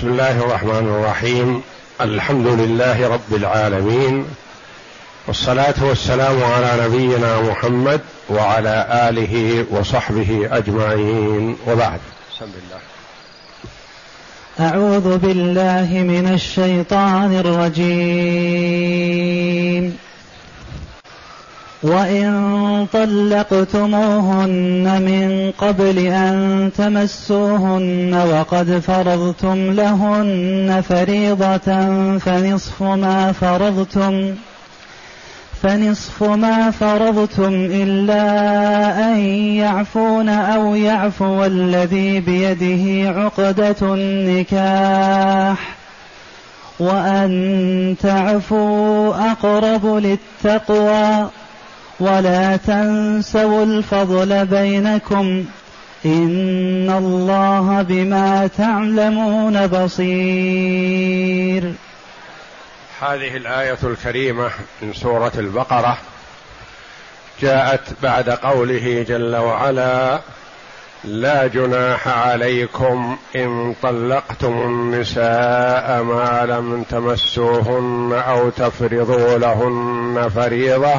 بسم الله الرحمن الرحيم. الحمد لله رب العالمين، والصلاة والسلام على نبينا محمد وعلى آله وصحبه أجمعين، وبعد. بسم الله. أعوذ بالله من الشيطان الرجيم. وإن طلقتموهن من قبل أن تمسوهن وقد فرضتم لهن فريضة فنصف ما فرضتم إلا أن يعفون أو يعفو الذي بيده عقدة النكاح وأن تعفوا أقرب للتقوى ولا تنسوا الفضل بينكم إن الله بما تعملون بصير. هذه الآية الكريمة من سورة البقرة جاءت بعد قوله جل وعلا: لا جناح عليكم إن طلقتم النساء ما لم تمسوهن أو تفرضوا لهن فريضة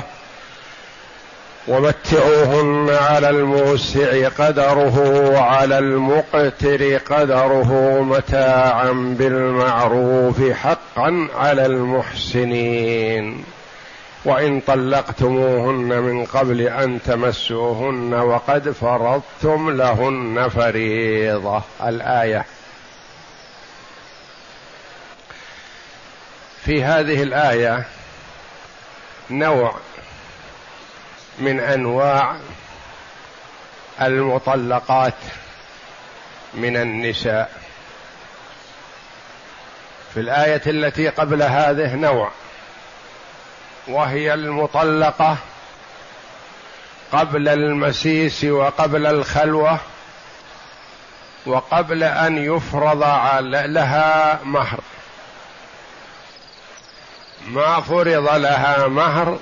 ومتعوهن على الموسع قدره وعلى المقتر قدره متاعا بالمعروف حقا على المحسنين. وإن طلقتموهن من قبل أن تمسوهن وقد فرضتم لهن فريضة. الآية. في هذه الآية نوع من أنواع المطلقات من النساء. في الآية التي قبل هذه نوع، وهي المطلقة قبل المسيس وقبل الخلوة وقبل أن يفرض لها مهر. ما فرض لها مهر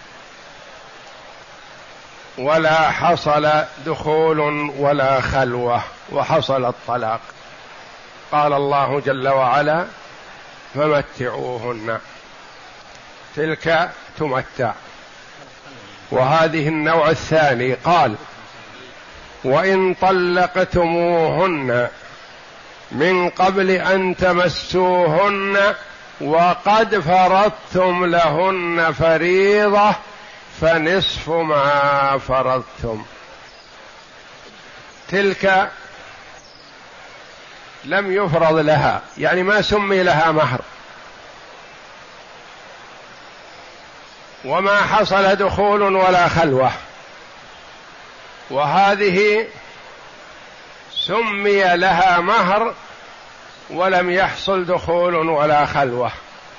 ولا حصل دخول ولا خلوة وحصل الطلاق. قال الله جل وعلا: فمتعوهن. تلك تمتع. وهذه النوع الثاني قال: وإن طلقتموهن من قبل أن تمسوهن وقد فرضتم لهن فريضة فنصف ما فرضتم. تلك لم يفرض لها، يعني ما سمي لها مهر وما حصل دخول ولا خلوة. وهذه سمي لها مهر ولم يحصل دخول ولا خلوة.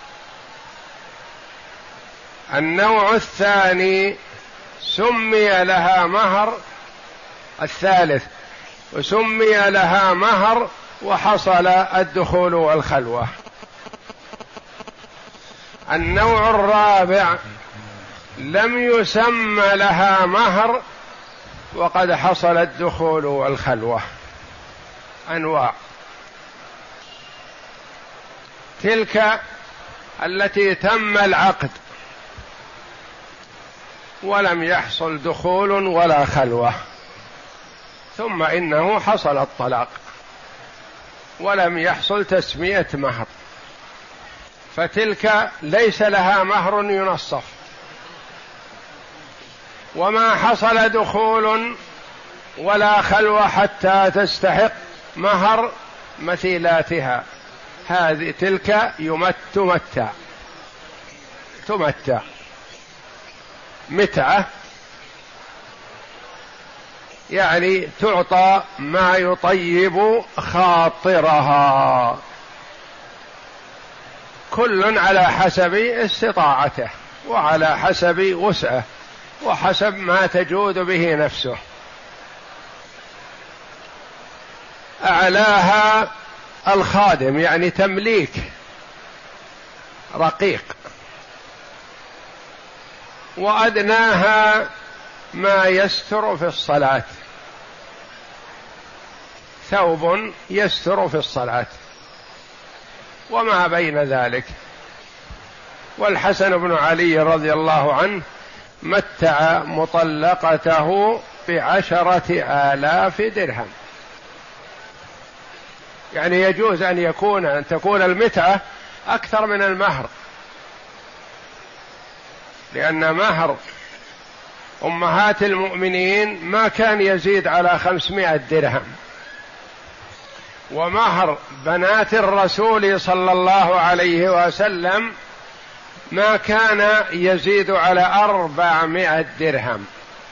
النوع الثاني سمي لها مهر، الثالث وسمي لها مهر وحصل الدخول والخلوة. النوع الرابع لم يسمى لها مهر وقد حصل الدخول والخلوة. أنواع. تلك التي تم العقد ولم يحصل دخول ولا خلوة، ثم إنه حصل الطلاق ولم يحصل تسمية مهر، فتلك ليس لها مهر ينصف، وما حصل دخول ولا خلوة حتى تستحق مهر مثيلاتها. هذه تلك تمتع متعة، يعني تعطى ما يطيب خاطرها، كل على حسب استطاعته وعلى حسب وسعه وحسب ما تجود به نفسه. أعلاها الخادم، يعني تمليك رقيق، وأدناها ما يستر في الصلاة، ثوب يستر في الصلاة. وما بين ذلك. والحسن بن علي رضي الله عنه متع مطلقته ب10,000 درهم، يعني يجوز أن تكون المتعة أكثر من المهر، لأن مهر أمهات المؤمنين ما كان يزيد على 500 درهم، ومهر بنات الرسول صلى الله عليه وسلم ما كان يزيد على 400 درهم.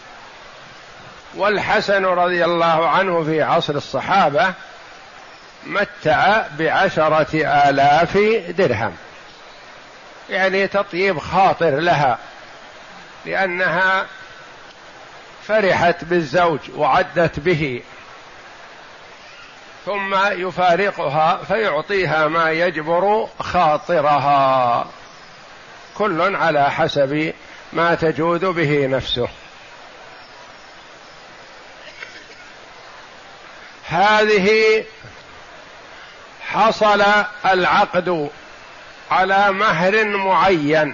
والحسن رضي الله عنه في عصر الصحابة متع ب10,000 درهم، يعني تطيب خاطر لها، لأنها فرحت بالزوج وعدت به، ثم يفارقها فيعطيها ما يجبر خاطرها، كل على حسب ما تجود به نفسه. هذه حصل العقد على مهر معين،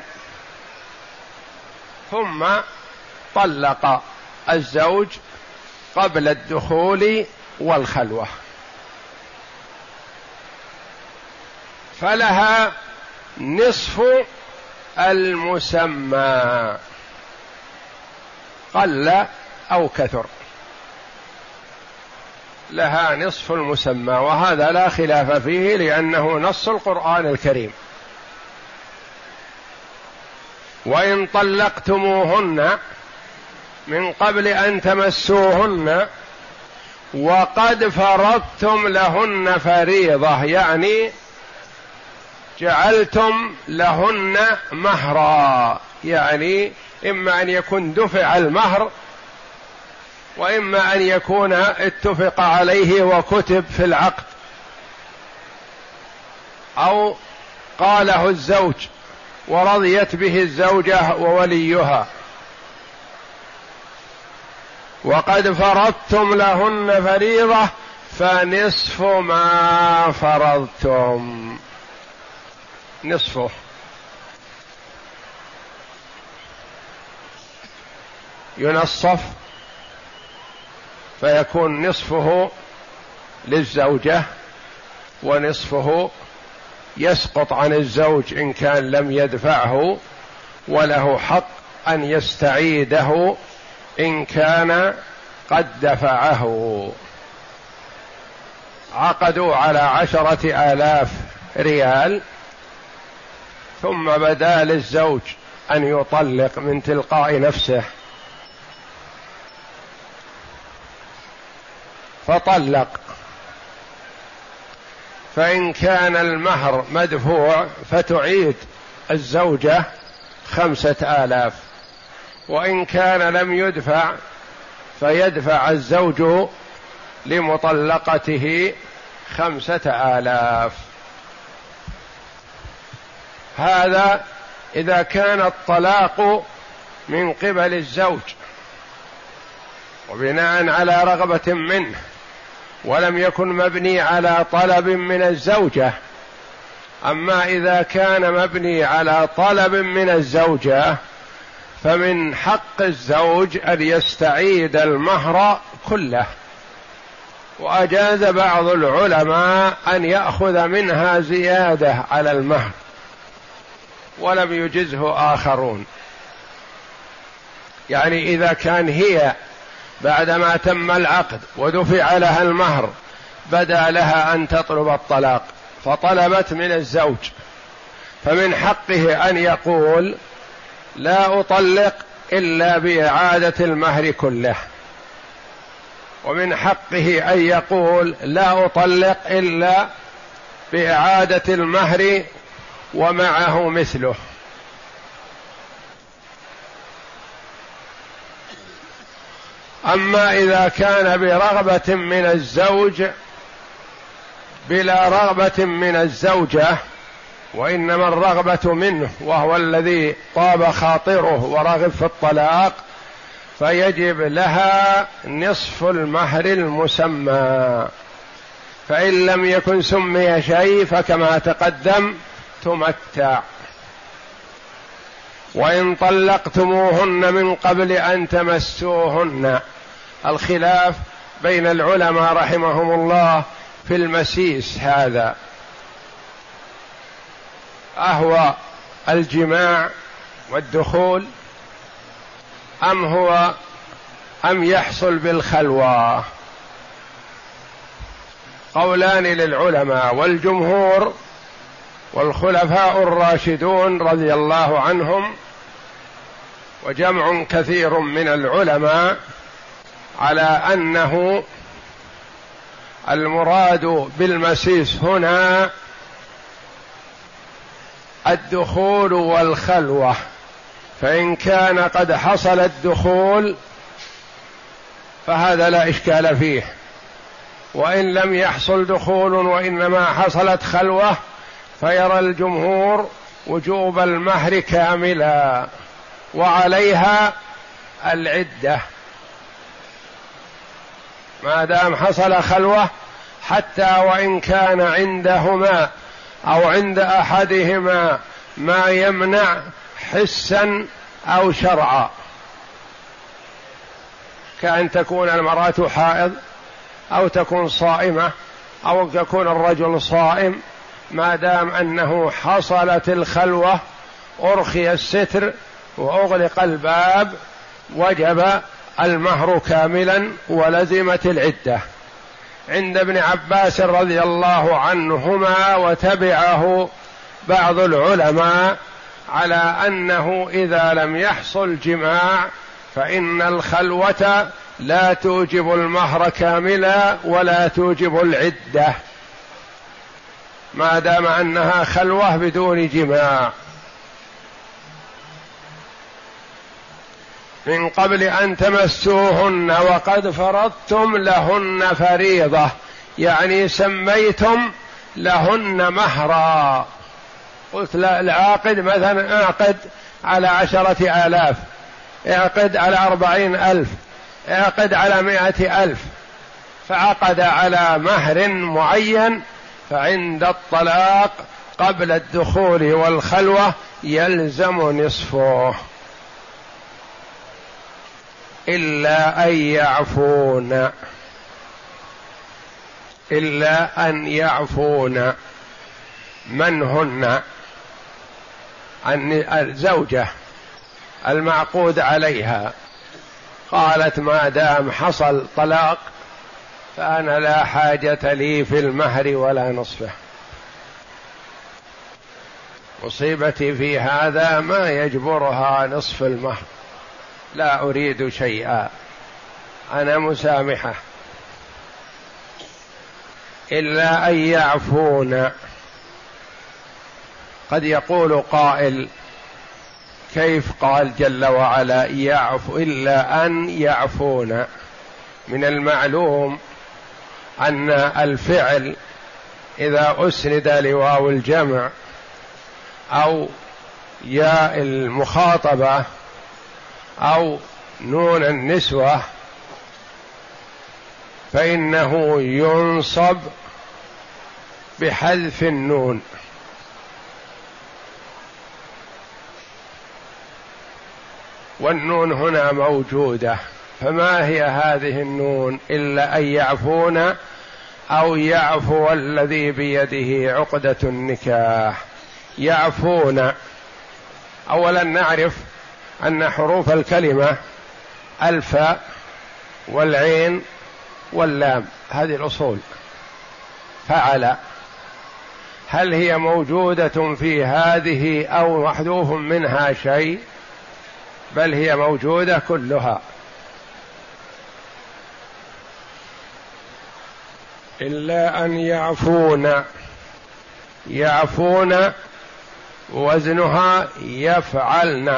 ثم طلق الزوج قبل الدخول والخلوة، فلها نصف المسمى قل أو كثر، لها نصف المسمى، وهذا لا خلاف فيه لأنه نص القرآن الكريم. وإن طلقتموهن من قبل أن تمسوهن وقد فرضتم لهن فريضة، يعني جعلتم لهن مهرا، يعني إما أن يكون دفع المهر، وإما أن يكون اتفق عليه وكتب في العقد، أو قاله الزوج ورضيت به الزوجة ووليها. وقد فرضتم لهن فريضة فنصف ما فرضتم، نصفه. ينصف فيكون نصفه للزوجة، ونصفه يسقط عن الزوج إن كان لم يدفعه، وله حق أن يستعيده إن كان قد دفعه. عقدوا على 10,000 ريال، ثم بدا للزوج أن يطلق من تلقاء نفسه فطلق، فإن كان المهر مدفوع فتعيد الزوجة 5,000، وإن كان لم يدفع فيدفع الزوج لمطلقته 5,000. هذا إذا كان الطلاق من قبل الزوج وبناء على رغبة منه، ولم يكن مبني على طلب من الزوجة. أما إذا كان مبني على طلب من الزوجة فمن حق الزوج أن يستعيد المهر كله، وأجاز بعض العلماء أن يأخذ منها زيادة على المهر، ولم يجزه آخرون. يعني إذا كان هي بعدما تم العقد ودفع لها المهر بدا لها أن تطلب الطلاق فطلبت من الزوج، فمن حقه أن يقول لا أطلق إلا بإعادة المهر كله، ومن حقه أن يقول لا أطلق إلا بإعادة المهر ومعه مثله. أما إذا كان برغبة من الزوج بلا رغبة من الزوجة، وإنما الرغبة منه وهو الذي طاب خاطره ورغب في الطلاق، فيجب لها نصف المهر المسمى، فإن لم يكن سمي شيء فكما تقدم تمتع. وإن طلقتموهن من قبل أن تمسوهن، الخلاف بين العلماء رحمهم الله في المسيس هذا، أهو الجماع والدخول أم يحصل بالخلوة؟ قولان للعلماء، والجمهور والخلفاء الراشدون رضي الله عنهم وجمع كثير من العلماء على أنه المراد بالمسيس هنا الدخول والخلوة، فإن كان قد حصل الدخول فهذا لا إشكال فيه، وإن لم يحصل دخول وإنما حصلت خلوة فيرى الجمهور وجوب المهر كاملا وعليها العدة ما دام حصل خلوة، حتى وإن كان عندهما أو عند أحدهما ما يمنع حسا أو شرعا، كأن تكون المرأة حائض أو تكون صائمة أو يكون الرجل صائم، ما دام أنه حصلت الخلوة أرخي الستر وأغلق الباب وجب المهر كاملا ولزمت العدة. عند ابن عباس رضي الله عنهما وتبعه بعض العلماء على أنه إذا لم يحصل جماع فإن الخلوة لا توجب المهر كاملا ولا توجب العدة ما دام أنها خلوة بدون جماع. من قبل أن تمسوهن وقد فرضتم لهن فريضة، يعني سميتم لهن مهرا. قلت العاقد مثلا اعقد على 10,000، اعقد على 40,000، اعقد على 100,000، فعقد على مهر معين، فعند الطلاق قبل الدخول والخلوة يلزم نصفه إلا أن يعفون من هن الزوجة المعقود عليها، قالت ما دام حصل طلاق فأنا لا حاجة لي في المهر ولا نصفه، مصيبتي في هذا ما يجبرها نصف المهر، لا أريد شيئا، أنا مسامحة. إلا أن يعفون. قد يقول قائل كيف قال جل وعلا يعفو إلا أن يعفون؟ من المعلوم أن الفعل إذا أسند لواو الجمع أو ياء المخاطبة أو نون النسوة فإنه ينصب بحذف النون، والنون هنا موجودة، فما هي هذه النون؟ إلا أن يعفون أو يعفو الذي بيده عقدة النكاح. يعفون، أولا نعرف أن حروف الكلمة الفاء والعين واللام، هذه الأصول. فعل هل هي موجودة في هذه أو محذوف منها شيء؟ بل هي موجودة كلها. إلا أن يعفون، يعفون وزنها يفعلن،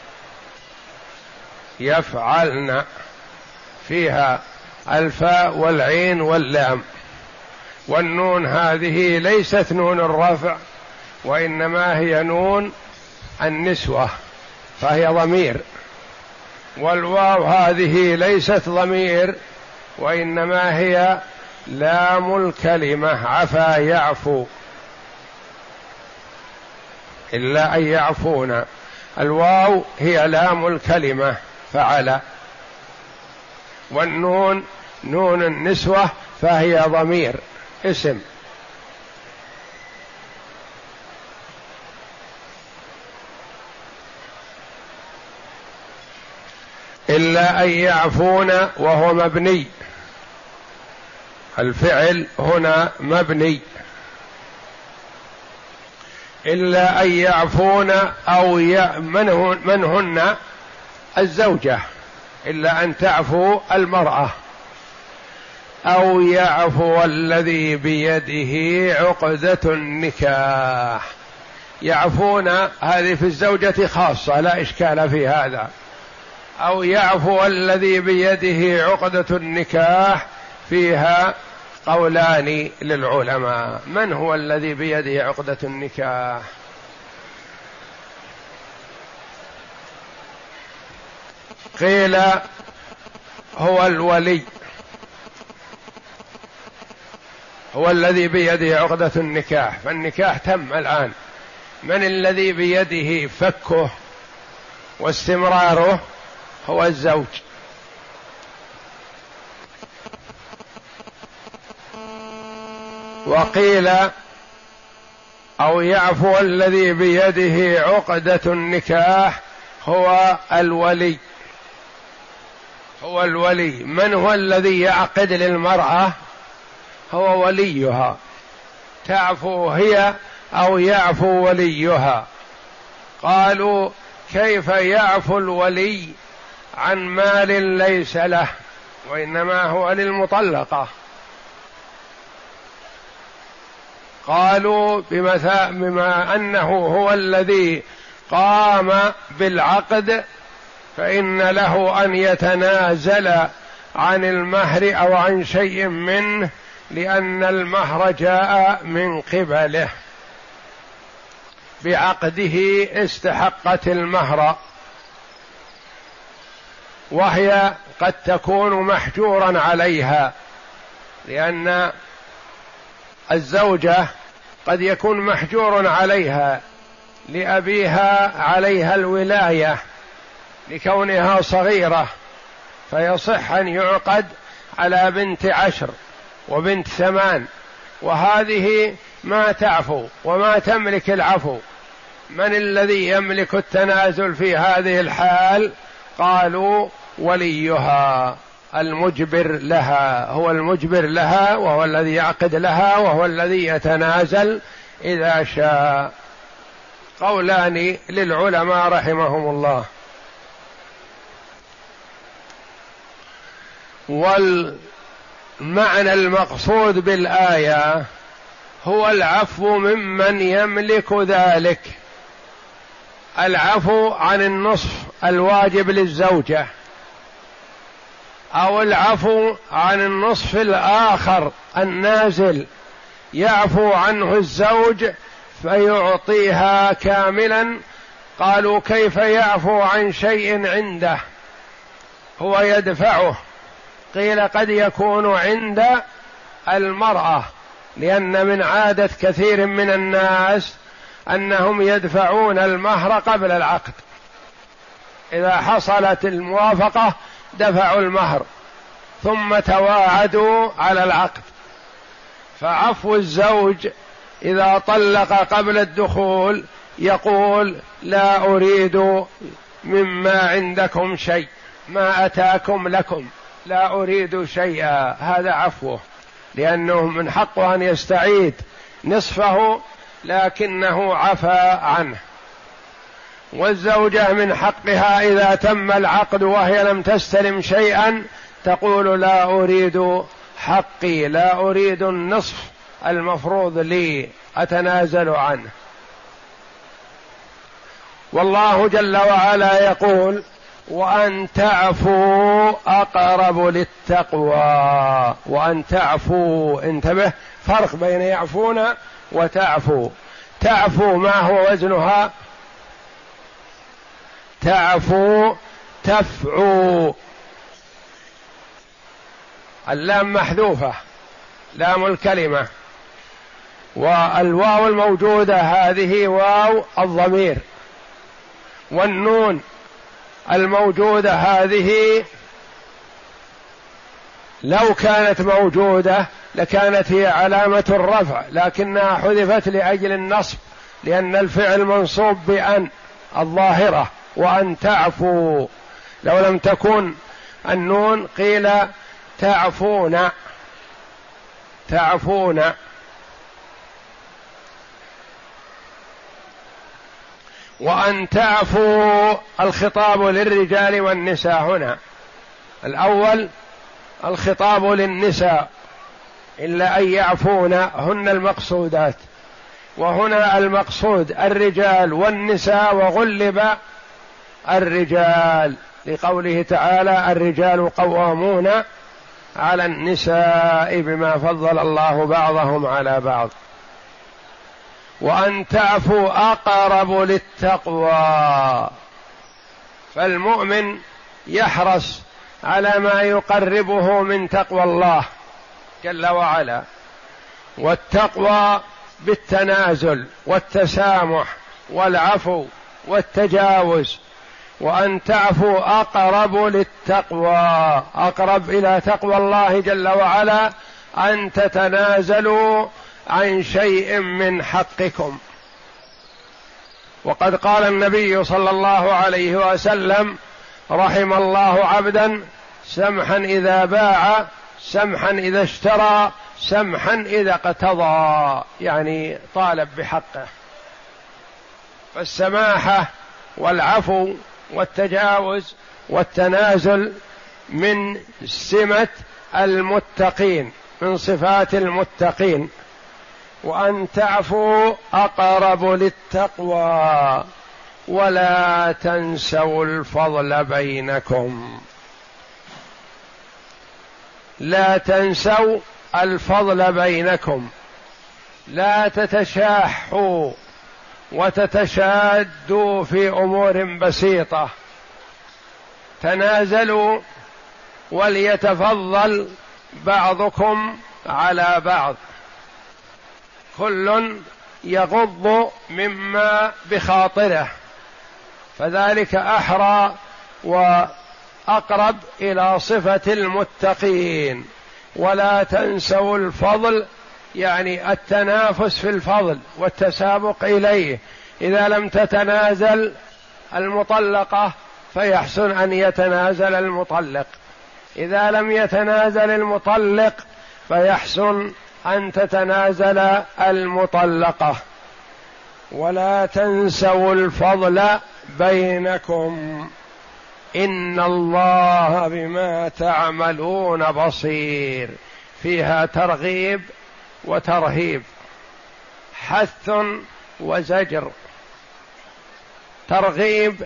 يفعلن فيها الفاء والعين واللام، والنون هذه ليست نون الرفع وإنما هي نون النسوة فهي ضمير، والواو هذه ليست ضمير وإنما هي لام الكلمة عفا يعفو، إلا أن يعفون. الواو هي لام الكلمة فعل، والنون نون النسوة فهي ضمير اسم. إلا أن يعفون وهو مبني، الفعل هنا مبني. إلا أن يعفون أو من هن الزوجة، إلا أن تعفو المرأة، أو يعفو الذي بيده عقدة النكاح. يعفون هذه في الزوجة خاصة لا إشكال في هذا، أو يعفو الذي بيده عقدة النكاح فيها قولان للعلماء. من هو الذي بيده عقدة النكاح؟ قيل هو الولي، هو الذي بيده عقدة النكاح، فالنكاح تم الآن. من الذي بيده فكه واستمراره؟ هو الزوج. وقيل أو يعفو الذي بيده عقدة النكاح هو الولي، هو الولي. من هو الذي يعقد للمرأة؟ هو وليها، تعفو هي أو يعفو وليها. قالوا كيف يعفو الولي عن مال ليس له وإنما هو للمطلقة؟ قالوا بما أنه هو الذي قام بالعقد فإن له أن يتنازل عن المهر أو عن شيء منه، لأن المهر جاء من قبله، بعقده استحقت المهر، وهي قد تكون محجورا عليها، لأن الزوجة قد يكون محجور عليها لأبيها عليها الولاية لكونها صغيرة، فيصح أن يعقد على بنت 10 وبنت 8، وهذه ما تعفو وما تملك العفو. من الذي يملك التنازل في هذه الحال؟ قالوا وليها المجبر لها، هو المجبر لها وهو الذي يعقد لها وهو الذي يتنازل إذا شاء. قولان للعلماء رحمهم الله. والمعنى المقصود بالآية هو العفو ممن يملك ذلك، العفو عن النصف الواجب للزوجة، أو العفو عن النصف الآخر النازل يعفو عنه الزوج فيعطيها كاملا. قالوا كيف يعفو عن شيء عنده هو يدفعه؟ قيل قد يكون عند المرأة، لأن من عادة كثير من الناس أنهم يدفعون المهر قبل العقد، إذا حصلت الموافقة دفعوا المهر ثم تواعدوا على العقد. فعفو الزوج إذا طلق قبل الدخول يقول لا أريد مما عندكم شيء، ما أتاكم لكم لا أريد شيئا، هذا عفوه، لأنه من حقه أن يستعيد نصفه لكنه عفا عنه. والزوجة من حقها إذا تم العقد وهي لم تستلم شيئا تقول لا أريد حقي، لا أريد النصف المفروض لي، أتنازل عنه. والله جل وعلا يقول وأن تعفوا أقرب للتقوى. وأن تعفوا، انتبه، فرق بين يعفون وتعفو. تعفو ما هو وزنها؟ تعفو تفعو، اللام محذوفة لام الكلمة، والواو الموجودة هذه واو الضمير، والنون الموجودة هذه لو كانت موجودة لكانت هي علامة الرفع، لكنها حذفت لأجل النصب، لأن الفعل منصوب بأن الظاهرة، وأن تعفو. لو لم تكن النون قيل تعفون، تعفون. وأن تعفوا الخطاب للرجال والنساء، هنا الأول الخطاب للنساء إلا أن يعفون هن المقصودات، وهنا المقصود الرجال والنساء، وغلب الرجال لقوله تعالى الرجال قوامون على النساء بما فضل الله بعضهم على بعض. وأن تعفوا أقرب للتقوى، فالمؤمن يحرص على ما يقربه من تقوى الله جل وعلا، والتقوى بالتنازل والتسامح والعفو والتجاوز. وأن تعفوا أقرب للتقوى، أقرب إلى تقوى الله جل وعلا أن تتنازلوا عن شيء من حقكم. وقد قال النبي صلى الله عليه وسلم رحم الله عبدا سمحا إذا باع، سمحا إذا اشترى، سمحا إذا اقتضى، يعني طالب بحقه. فالسماحة والعفو والتجاوز والتنازل من سمة المتقين، من صفات المتقين. وأن تعفوا أقرب للتقوى ولا تنسوا الفضل بينكم، لا تنسوا الفضل بينكم، لا تتشاحوا وتتشادوا في أمور بسيطة، تنازلوا وليتفضل بعضكم على بعض، كل يغض مما بخاطره، فذلك أحرى وأقرب إلى صفة المتقين. ولا تنسوا الفضل، يعني التنافس في الفضل والتسابق إليه. إذا لم تتنازل المطلقة فيحسن أن يتنازل المطلق، إذا لم يتنازل المطلق فيحسن أن تتنازل المطلقة. ولا تنسوا الفضل بينكم إن الله بما تعملون بصير، فيها ترغيب وترهيب، حث وزجر. ترغيب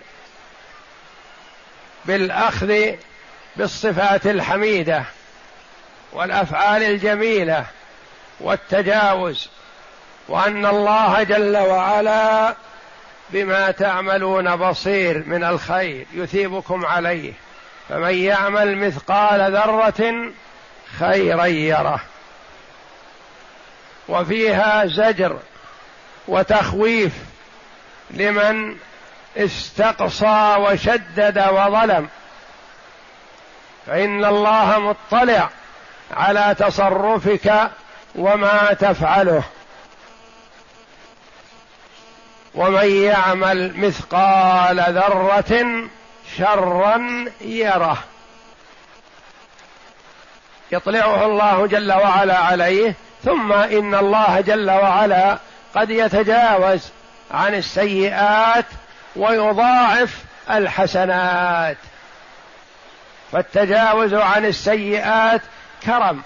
بالأخذ بالصفات الحميدة والأفعال الجميلة والتجاوز، وأن الله جل وعلا بما تعملون بصير من الخير يثيبكم عليه، فمن يعمل مثقال ذرة خيرا يره. وفيها زجر وتخويف لمن استقصى وشدد وظلم، فإن الله مطلع على تصرفك وما تفعله. ومن يعمل مثقال ذرة شرا يره، يطلعه الله جل وعلا عليه. ثم إن الله جل وعلا قد يتجاوز عن السيئات ويضاعف الحسنات، فالتجاوز عن السيئات كرم،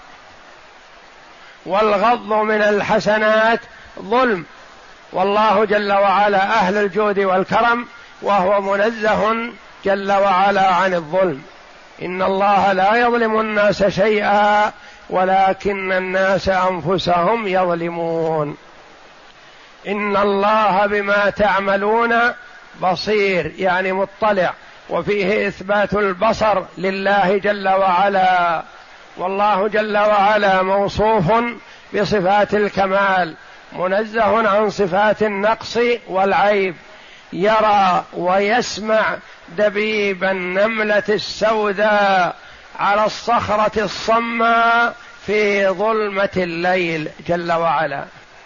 والغض من الحسنات ظلم، والله جل وعلا أهل الجود والكرم، وهو منزه جل وعلا عن الظلم. إن الله لا يظلم الناس شيئا ولكن الناس أنفسهم يظلمون. إن الله بما تعملون بصير، يعني مطلع، وفيه إثبات البصر لله جل وعلا، والله جل وعلا موصوف بصفات الكمال، منزه عن صفات النقص والعيب، يرى ويسمع دبيب النملة السوداء على الصخرة الصماء في ظلمة الليل جل وعلا،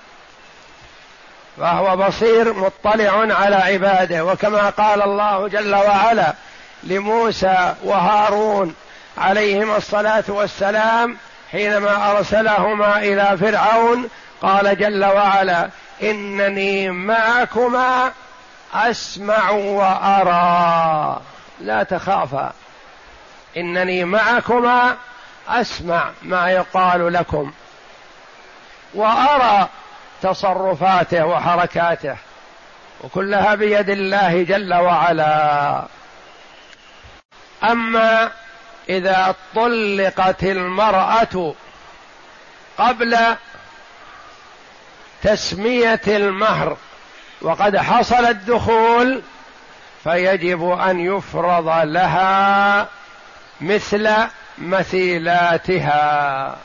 فهو بصير مطلع على عباده. وكما قال الله جل وعلا لموسى وهارون عليهما الصلاة والسلام حينما أرسلهما إلى فرعون، قال جل وعلا: إنني معكما أسمع وأرى لا تخافا، إنني معكما أسمع ما يقال لكم وأرى تصرفاته وحركاته، وكلها بيد الله جل وعلا. أما إذا طلقت المرأة قبل تسمية المهر وقد حصل الدخول، فيجب أن يفرض لها مثل مثيلاتها.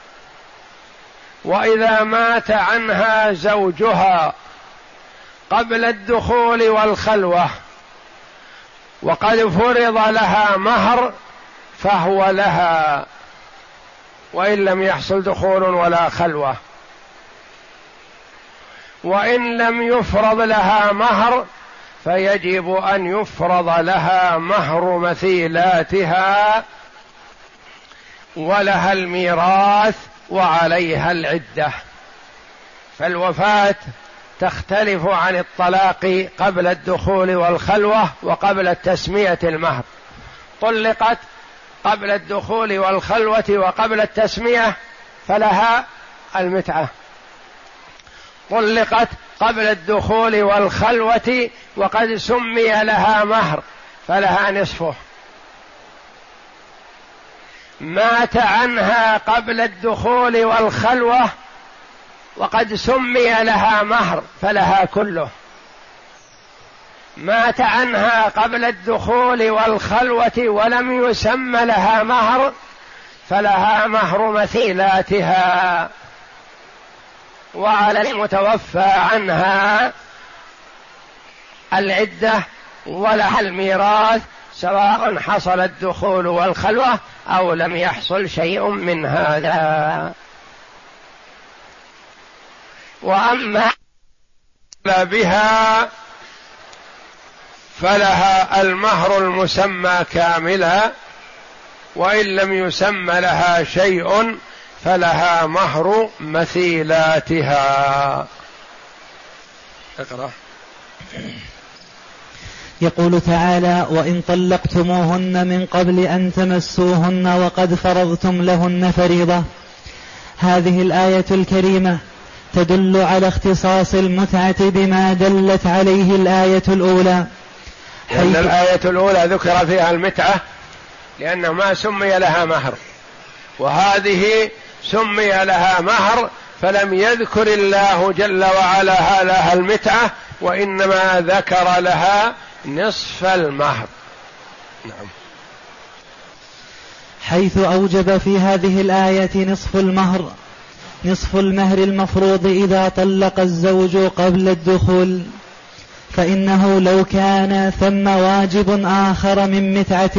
وإذا مات عنها زوجها قبل الدخول والخلوة وقد فرض لها مهر فهو لها، وإن لم يحصل دخول ولا خلوة. وإن لم يفرض لها مهر فيجب أن يفرض لها مهر مثيلاتها، ولها الميراث وعليها العدة. فالوفاة تختلف عن الطلاق قبل الدخول والخلوة وقبل تسمية المهر. طلقت قبل الدخول والخلوة وقبل التسمية فلها المتعة، طلقت قبل الدخول والخلوة وقد سمي لها مهر فلها نصفه، مات عنها قبل الدخول والخلوة وقد سمي لها مهر فلها كله، مات عنها قبل الدخول والخلوة ولم يسم لها مهر فلها مهر مثيلاتها، وعلى المتوفى عنها العدة ولها الميراث سواء حصل الدخول والخلوة أو لم يحصل شيء من هذا. وأما بها فلها المهر المسمى كاملا، وإن لم يسم لها شيء فلها مهر مثيلاتها. اقرأ. يقول تعالى: وإن طلقتموهن من قبل أن تمسوهن وقد فرضتم لهن فريضة. هذه الآية الكريمة تدل على اختصاص المتعة بما دلت عليه الآية الأولى، لأن الآية الأولى ذكر فيها المتعة لأنه ما سمي لها مهر، وهذه سمي لها مهر فلم يذكر الله جل وعلا لها المتعة، وإنما ذكر لها نصف المهر. نعم. حيث أوجب في هذه الآية نصف المهر المفروض إذا طلق الزوج قبل الدخول، فإنه لو كان ثم واجب آخر من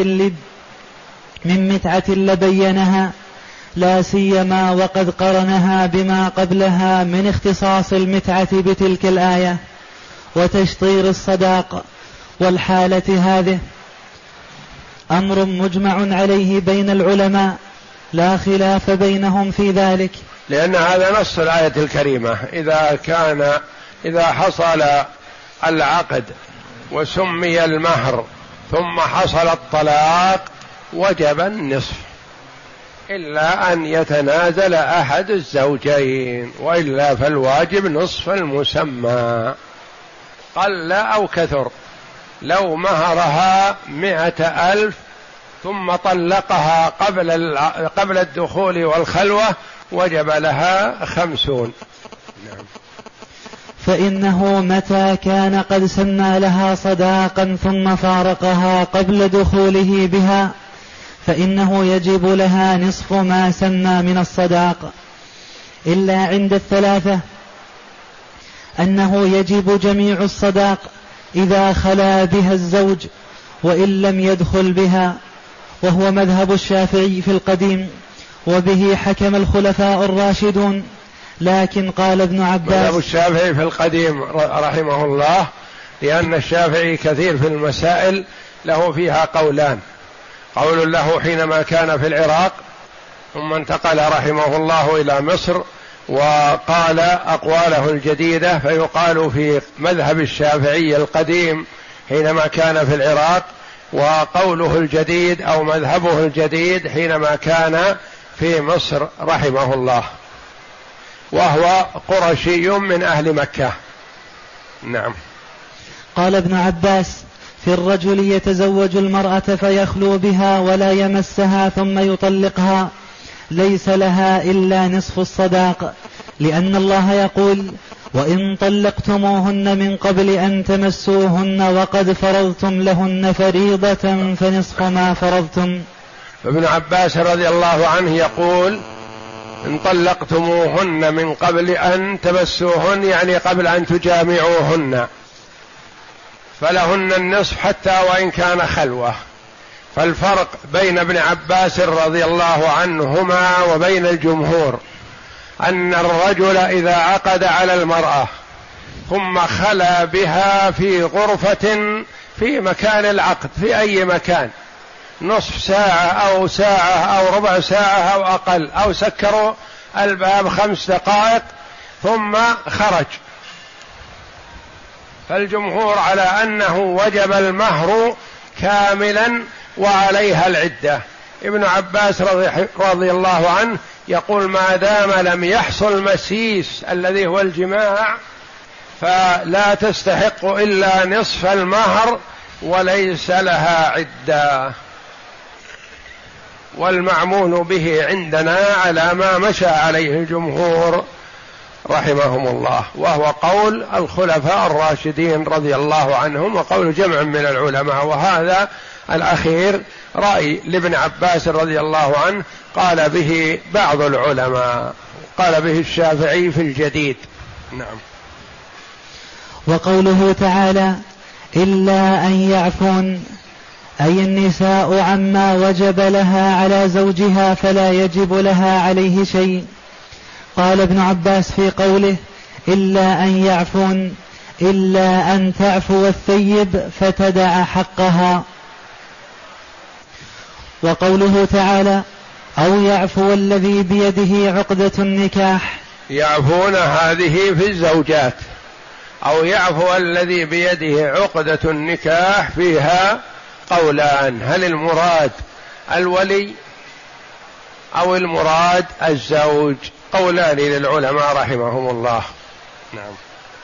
متعة لبينها، لا سيما وقد قرنها بما قبلها من اختصاص المتعة بتلك الآية وتشطير الصداق. والحالة هذه أمر مجمع عليه بين العلماء لا خلاف بينهم في ذلك، لأن هذا نص الآية الكريمة: إذا حصل العقد وسمي المهر ثم حصل الطلاق وجب النصف، إلا أن يتنازل أحد الزوجين، وإلا فالواجب نصف المسمى قل أو كثر. لو مهرها 100,000 ثم طلقها قبل الدخول والخلوة وجب لها 50. نعم. فإنه متى كان قد سمى لها صداقا ثم فارقها قبل دخوله بها فإنه يجب لها نصف ما سمى من الصداق، إلا عند الثلاثة أنه يجب جميع الصداق إذا خلا بها الزوج وإن لم يدخل بها، وهو مذهب الشافعي في القديم، وبه حكم الخلفاء الراشدون. لكن قال ابن عباس، مذهب الشافعي في القديم رحمه الله، لأن الشافعي كثير في المسائل له فيها قولان، قول له حينما كان في العراق ثم انتقل رحمه الله إلى مصر وقال أقواله الجديدة، فيقال في مذهب الشافعي القديم حينما كان في العراق، وقوله الجديد أو مذهبه الجديد حينما كان في مصر رحمه الله، وهو قرشي من أهل مكة. نعم. قال ابن عباس: في الرجل يتزوج المرأة فيخلو بها ولا يمسها ثم يطلقها، ليس لها إلا نصف الصداق، لأن الله يقول: وإن طلقتموهن من قبل أن تمسوهن وقد فرضتم لهن فريضة فنصف ما فرضتم. ابن عباس رضي الله عنه يقول: إن طلقتموهن من قبل أن تمسوهن، يعني قبل أن تجامعوهن، فلهن النصف حتى وإن كان خلوة. فالفرق بين ابن عباس رضي الله عنهما وبين الجمهور أن الرجل إذا عقد على المرأة ثم خلا بها في غرفة في مكان العقد، في أي مكان، نصف ساعة أو ساعة أو ربع ساعة أو أقل، أو سكروا الباب 5 دقائق ثم خرج، فالجمهور على أنه وجب المهر كاملا وعليها العدة. ابن عباس رضي الله عنه يقول: ما دام لم يحصل مسيس الذي هو الجماع فلا تستحق إلا نصف المهر وليس لها عدة. والمعمول به عندنا على ما مشى عليه الجمهور رحمهم الله، وهو قول الخلفاء الراشدين رضي الله عنهم وقول جمع من العلماء، وهذا الأخير رأي لابن عباس رضي الله عنه قال به بعض العلماء، قال به الشافعي في الجديد. نعم. وقوله تعالى: إلا أن يعفون، أي النساء عما وجب لها على زوجها فلا يجب لها عليه شيء. قال ابن عباس في قوله: إلا أن يعفون، إلا أن تعفو الثيب فتدع حقها. وقوله تعالى: أو يعفو الذي بيده عقدة النكاح، يعفون هذه في الزوجات، أو يعفو الذي بيده عقدة النكاح فيها قولان: هل المراد الولي أو المراد الزوج؟ قولان للعلماء رحمهم الله. نعم.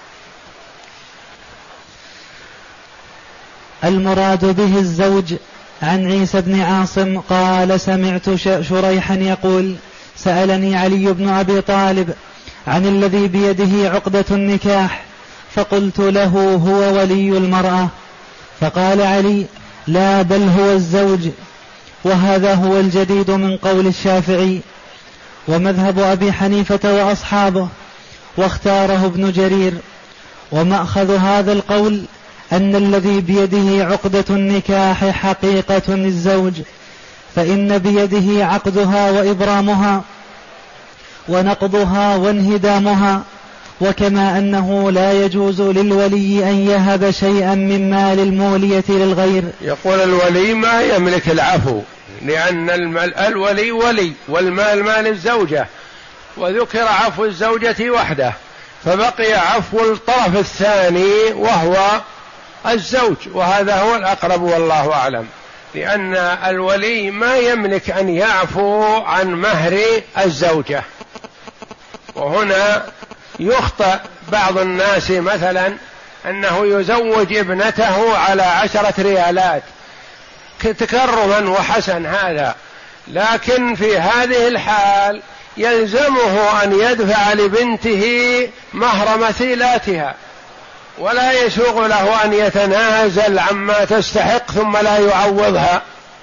المراد به الزوج. عن عيسى بن عاصم قال: سمعت شريحا يقول: سألني علي بن أبي طالب عن الذي بيده عقدة النكاح، فقلت له: هو ولي المرأة. فقال علي: لا، بل هو الزوج. وهذا هو الجديد من قول الشافعي ومذهب أبي حنيفة وأصحابه، واختاره ابن جرير. ومأخذ هذا القول أن الذي بيده عقدة النكاح حقيقة الزوج، فإن بيده عقدها وإبرامها ونقضها وانهدامها. وكما أنه لا يجوز للولي أن يهب شيئا من مال المولية للغير. يقول الولي ما يملك العفو، لأن الولي ولي والمال مال الزوجة، وذكر عفو الزوجة وحده، فبقي عفو الطرف الثاني وهو الزوج، وهذا هو الأقرب والله أعلم، لأن الولي ما يملك أن يعفو عن مهر الزوجة. وهنا يخطئ بعض الناس مثلا أنه يزوج ابنته على 10 ريالات تكرما وحسن هذا، لكن في هذه الحال يلزمه أن يدفع لبنته مهر مثيلاتها، ولا يسوغ له أن يتنازل عما تستحق ثم لا يعوضها،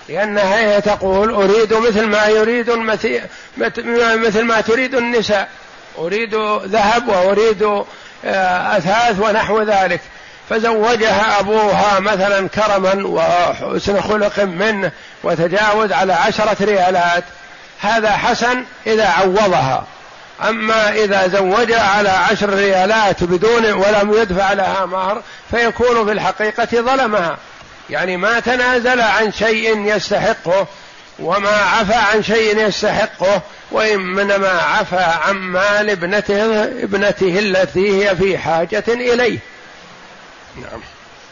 لأنها هي تقول أريد مثل ما يريد مثل ما تريد النساء، أريد ذهب وأريد أثاث ونحو ذلك، فزوجها أبوها مثلا كرما وحسن خلق منه وتجاوز على 10 ريالات، هذا حسن إذا عوضها. أما إذا زوجها على 10 ريالات بدون ولم يدفع لها مهر فيكون في الحقيقة ظلمها، يعني ما تنازل عن شيء يستحقه وما عفى عن شيء يستحقه، وإنما عفى عن مال ابنته التي هي في حاجة إليه. نعم.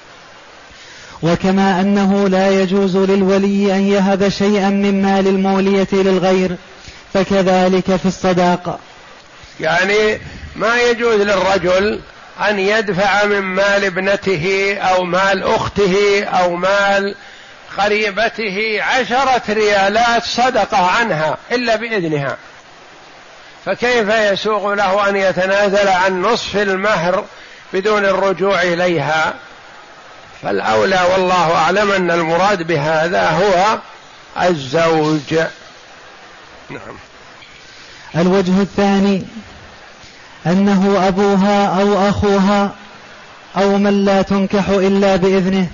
وكما أنه لا يجوز للولي أن يهب شيئا من مال المولية للغير فكذلك في الصداقة، يعني ما يجوز للرجل أن يدفع من مال ابنته أو مال أخته أو مال قريبته 10 ريالات صدقة عنها إلا بإذنها، فكيف يسوغ له أن يتنازل عن نصف المهر بدون الرجوع إليها؟ فالأولى والله أعلم أن المراد بهذا هو الزوج. نعم. الوجه الثاني أنه أبوها أو أخوها أو من لا تنكح إلا بإذنه.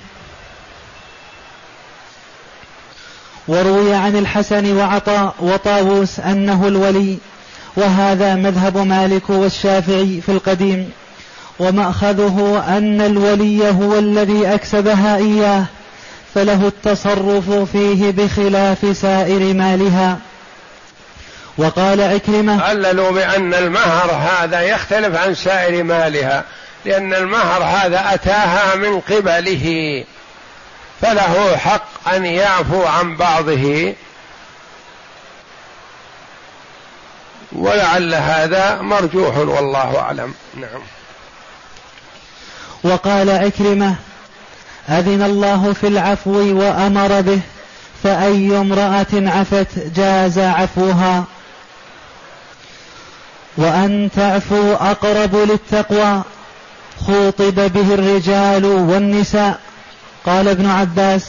وروي عن الحسن وعطاء وطاووس أنه الولي، وهذا مذهب مالك والشافعي في القديم، ومأخذه أن الولي هو الذي أكسبها إياه فله التصرف فيه بخلاف سائر مالها. وقال عكرمة عللوا بأن المهر هذا يختلف عن سائر مالها، لأن المهر هذا أتاها من قبله فله حق أن يعفو عن بعضه، ولعل هذا مرجوح والله أعلم. نعم. وقال عكرمة أذن الله في العفو وأمر به، فأي امرأة عفت جاز عفوها، وأن تعفوا أقرب للتقوى، خوطب به الرجال والنساء. قال ابن عباس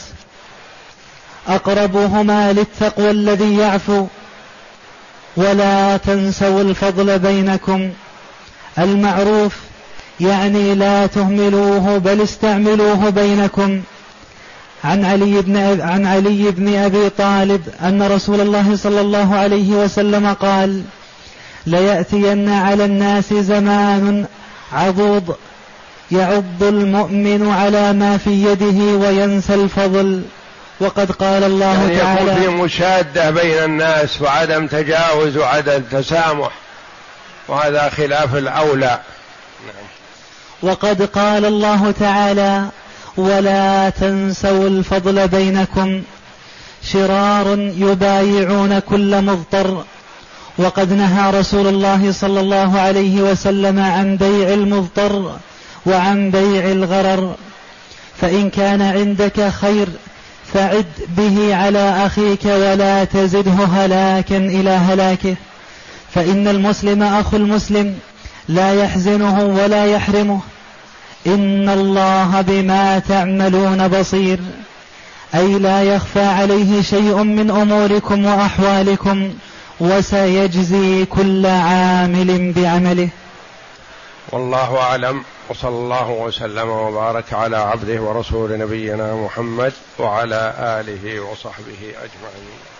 أقربهما للتقوى الذي يعفو. ولا تنسوا الفضل بينكم، المعروف يعني لا تهملوه بل استعملوه بينكم. عن علي بن أبي طالب أن رسول الله صلى الله عليه وسلم قال ليأتين على الناس زمان عضوض يعض المؤمن على ما في يده وينسى الفضل. وقد قال الله يعني تعالى يكون في مشادة بين الناس وعدم تجاوز وعدم تسامح، وهذا خلاف الأولى. وقد قال الله تعالى ولا تنسوا الفضل بينكم، شرار يبايعون كل مضطر. وقد نهى رسول الله صلى الله عليه وسلم عن بيع المضطر وعن بيع الغرر. فإن كان عندك خير فعد به على أخيك ولا تزده هلاكا إلى هلاكه، فإن المسلم أخو المسلم لا يحزنه ولا يحرمه، إن الله بما تعملون بصير، أي لا يخفى عليه شيء من أموركم وأحوالكم، وسيجزي كل عامل بعمله. والله أعلم، وصلى الله وسلم وبارك على عبده ورسول نبينا محمد وعلى آله وصحبه أجمعين.